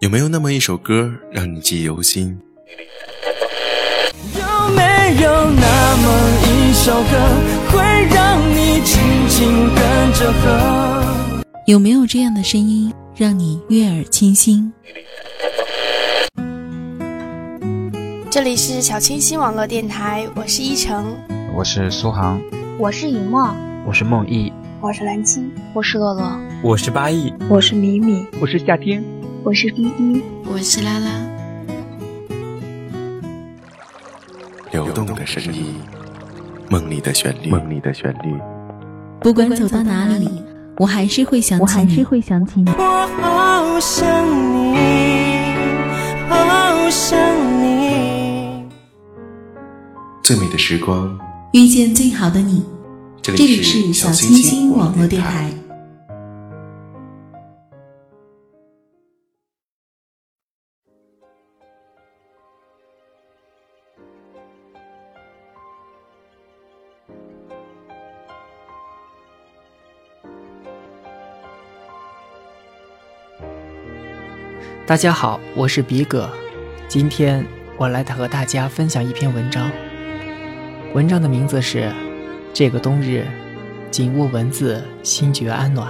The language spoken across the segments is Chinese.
有没有那么一首歌让你记忆犹新？ 有没有那么一首歌会让你轻轻跟着和？ 有没有这样的声音让你悦耳清新？ 这里是小清新网络电台，我是依晨， 我是苏杭， 我是雨墨， 我是梦忆， 我是蓝青， 我是洛洛， 我是八亿， 我是米米， 我是夏天， 我是依依， 我是拉拉。 流动的声音，梦里的旋律， 不管走到哪里，我还是会想起你。 我好想你，好想你。 最美的时光， 遇见最好的你。 这里是小清新网络电台。 大家好，我是比哥，今天我来和大家分享一篇文章。文章的名字是《这个冬日，紧握文字，心觉安暖》。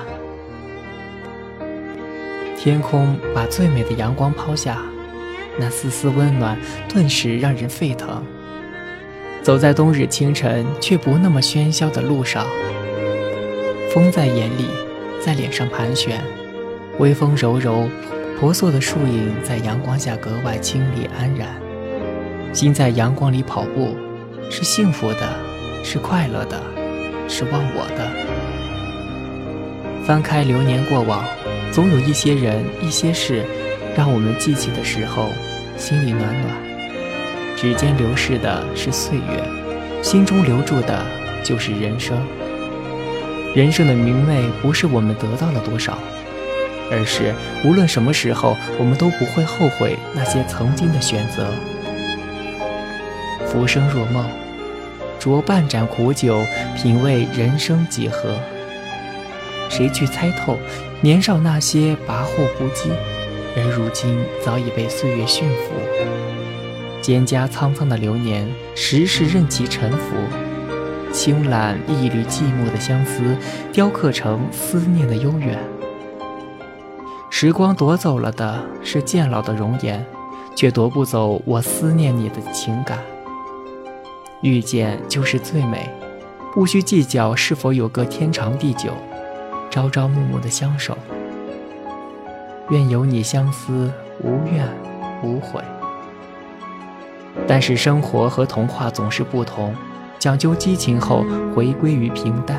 天空把最美的阳光抛下，那丝丝温暖顿时让人沸腾。走在冬日清晨却不那么喧嚣的路上，风在眼里，在脸上盘旋，微风柔柔，婆娑的树影在阳光下格外清丽安然。心在阳光里跑步，是幸福的，是快乐的，是忘我的。翻开流年过往，总有一些人一些事让我们记起的时候心里暖暖。指尖流逝的是岁月，心中留住的就是人生。人生的明媚不是我们得到了多少，而是无论什么时候我们都不会后悔那些曾经的选择。浮生若梦，酌半盏苦酒，品味人生几何。谁去猜透年少那些跋扈不羁，而如今早已被岁月驯服。蒹葭苍苍的流年，时势任其沉浮，轻揽一缕寂寞的相思，雕刻成思念的悠远。时光夺走了的是渐老的容颜，却夺不走我思念你的情感。遇见就是最美，不需计较是否有个天长地久，朝朝暮暮的相守。愿有你相思，无怨无悔。但是生活和童话总是不同，讲究激情后回归于平淡。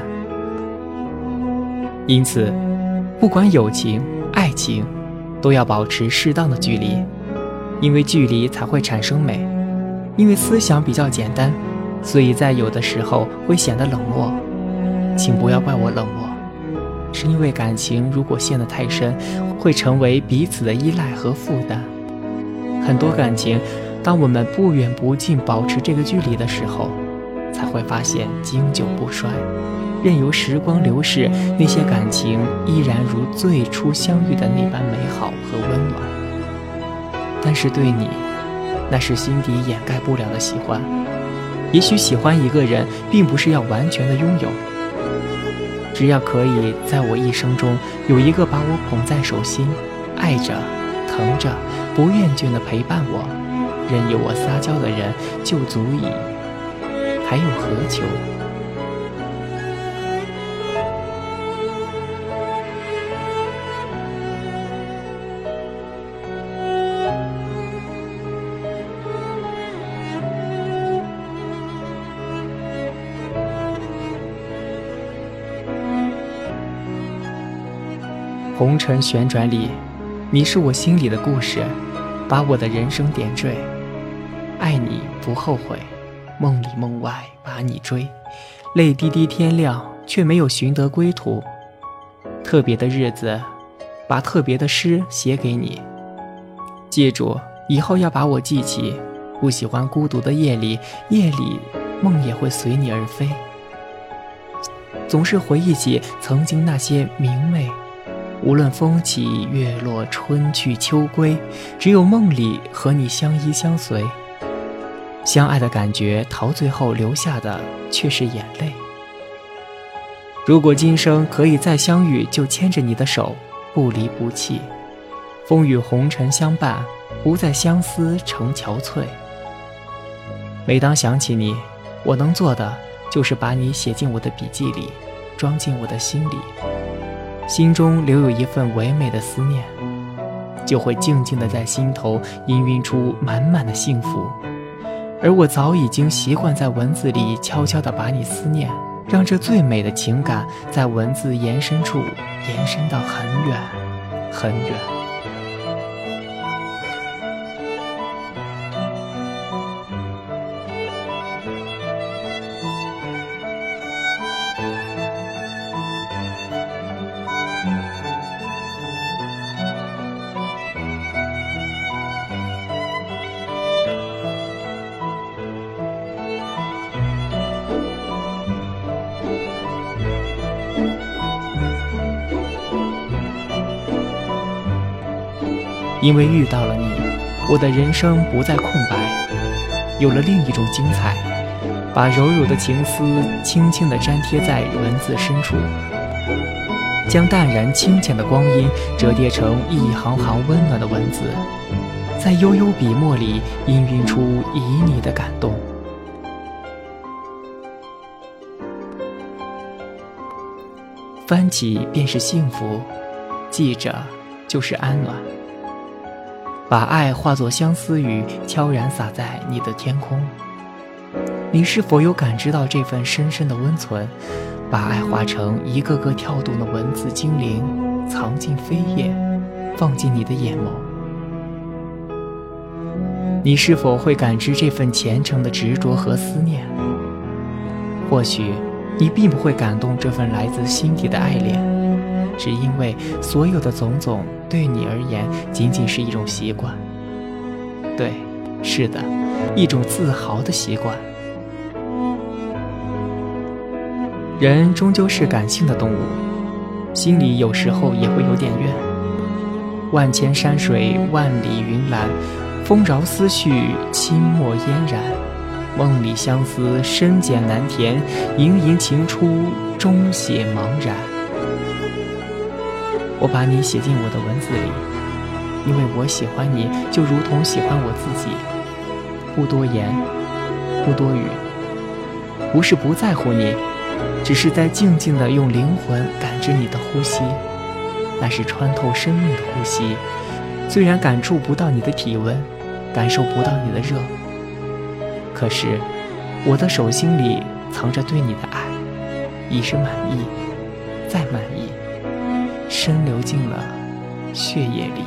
因此不管友情爱情，都要保持适当的距离，因为距离才会产生美。因为思想比较简单，所以在有的时候会显得冷漠，请不要怪我冷漠，是因为感情如果陷得太深，会成为彼此的依赖和负担。很多感情，当我们不远不近保持这个距离的时候，才会发现经久不衰。任由时光流逝，那些感情依然如最初相遇的那般美好和温暖。但是对你，那是心底掩盖不了的喜欢。也许喜欢一个人并不是要完全的拥有，只要可以在我一生中有一个把我捧在手心，爱着疼着，不厌倦地陪伴我，任由我撒娇的人就足矣，还有何求？红尘旋转里，你是我心里的故事，把我的人生点缀。爱你不后悔，梦里梦外把你追，泪滴滴天亮，却没有寻得归途。特别的日子，把特别的诗写给你。记住，以后要把我记起。不喜欢孤独的夜里，夜里梦也会随你而飞。总是回忆起曾经那些明媚无论风起月落春去秋归，只有梦里和你相依相随。相爱的感觉陶醉后留下的却是眼泪。如果今生可以再相遇，就牵着你的手不离不弃，风雨红尘相伴，不再相思成憔悴。每当想起你，我能做的就是把你写进我的笔记里，装进我的心里，心中留有一份唯美的思念，就会静静地在心头氤氲出满满的幸福。而我早已经习惯在文字里悄悄地把你思念，让这最美的情感在文字延伸处延伸到很远很远。因为遇到了你，我的人生不再空白，有了另一种精彩，把柔柔的情思轻轻地粘贴在文字深处，将淡然清浅的光阴折叠成一行行温暖的文字，在悠悠笔墨里氤氲出旖旎的感动。翻起便是幸福，记着就是安暖。把爱化作相思雨，悄然洒在你的天空。你是否有感知到这份深深的温存？把爱化成一个个跳动的文字精灵，藏进飞页，放进你的眼眸。你是否会感知这份虔诚的执着和思念？或许你并不会感动这份来自心底的爱恋，只因为所有的种种对你而言仅仅是一种习惯。对，是的，一种自豪的习惯。人终究是感性的动物，心里有时候也会有点怨。万千山水，万里云岚，丰饶思绪，清墨嫣然。梦里相思，深剪难填，盈盈情出，终写茫然。我把你写进我的文字里，因为我喜欢你，就如同喜欢我自己。不多言，不多语，不是不在乎你，只是在静静地用灵魂感知你的呼吸，那是穿透生命的呼吸。虽然感触不到你的体温，感受不到你的热，可是我的手心里藏着对你的爱，已是满意，再满意，深流进了血液里。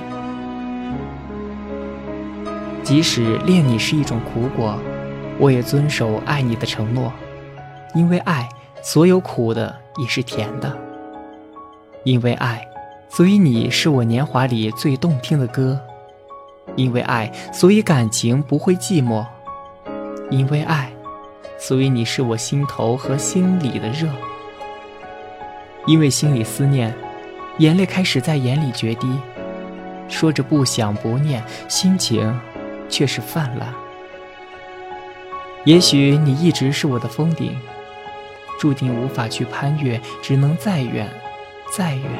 即使恋你是一种苦果，我也遵守爱你的承诺，因为爱，所有苦的也是甜的。因为爱，所以你是我年华里最动听的歌。因为爱，所以感情不会寂寞。因为爱，所以你是我心头和心里的热。因为心里思念，眼泪开始在眼里决堤，说着不想不念，心情却是泛滥。也许你一直是我的峰顶，注定无法去攀越，只能再远再远。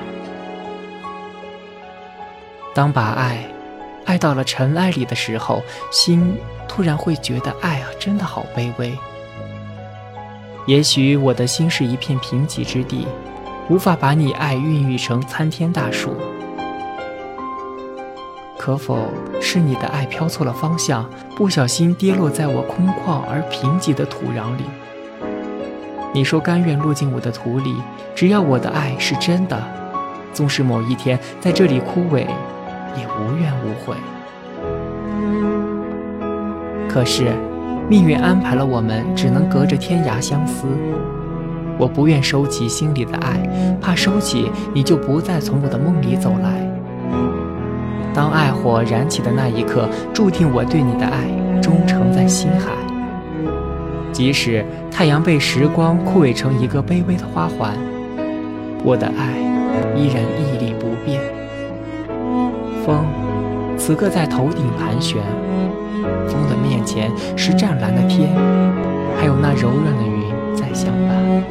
当把爱到了尘埃里的时候，心突然会觉得爱真的好卑微。也许我的心是一片贫瘠之地，无法把你爱孕育成参天大树。可否是你的爱飘错了方向，不小心跌落在我空旷而贫瘠的土壤里？你说甘愿落进我的土里，只要我的爱是真的，纵使某一天在这里枯萎，也无怨无悔。可是命运安排了我们只能隔着天涯相思。我不愿收起心里的爱，怕收起你就不再从我的梦里走来。当爱火燃起的那一刻，注定我对你的爱终成在心海。即使太阳被时光枯萎成一个卑微的花环，我的爱依然屹立不变。风此刻在头顶盘旋，风的面前是湛蓝的天，还有那柔软的云在相伴。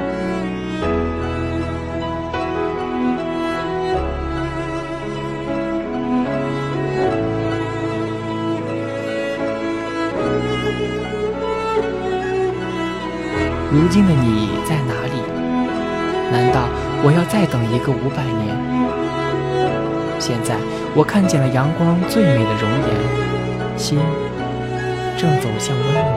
如今的你在哪里？难道我要再等一个500年？现在我看见了阳光最美的容颜，心正走向温暖。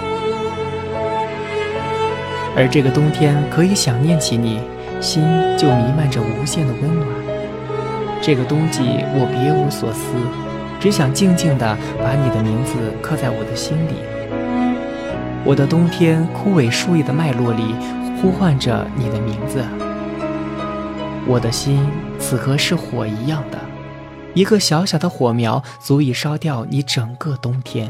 而这个冬天可以想念起你，心就弥漫着无限的温暖。这个冬季我别无所思，只想静静地把你的名字刻在我的心里。我的冬天枯萎树叶的脉络里呼唤着你的名字。我的心此刻是火一样的，一个小小的火苗足以烧掉你整个冬天。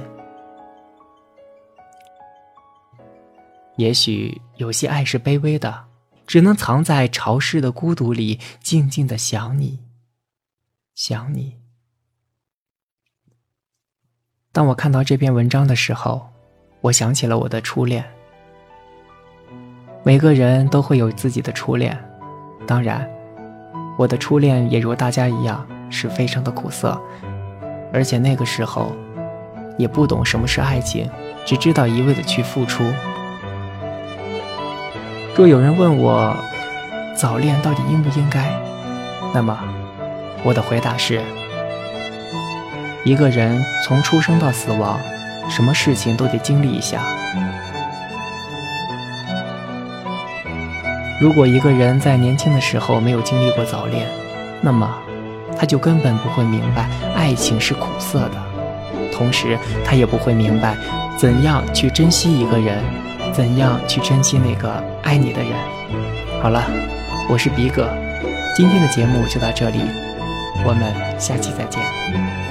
也许有些爱是卑微的，只能藏在潮湿的孤独里，静静地想你，想你。当我看到这篇文章的时候，我想起了我的初恋。每个人都会有自己的初恋，当然我的初恋也如大家一样是非常的苦涩，而且那个时候也不懂什么是爱情，只知道一味的去付出。若有人问我早恋到底应不应该，那么我的回答是，一个人从出生到死亡，什么事情都得经历一下。如果一个人在年轻的时候没有经历过早恋，那么他就根本不会明白爱情是苦涩的，同时他也不会明白怎样去珍惜一个人，怎样去珍惜那个爱你的人。好了，我是比哥，今天的节目就到这里，我们下期再见。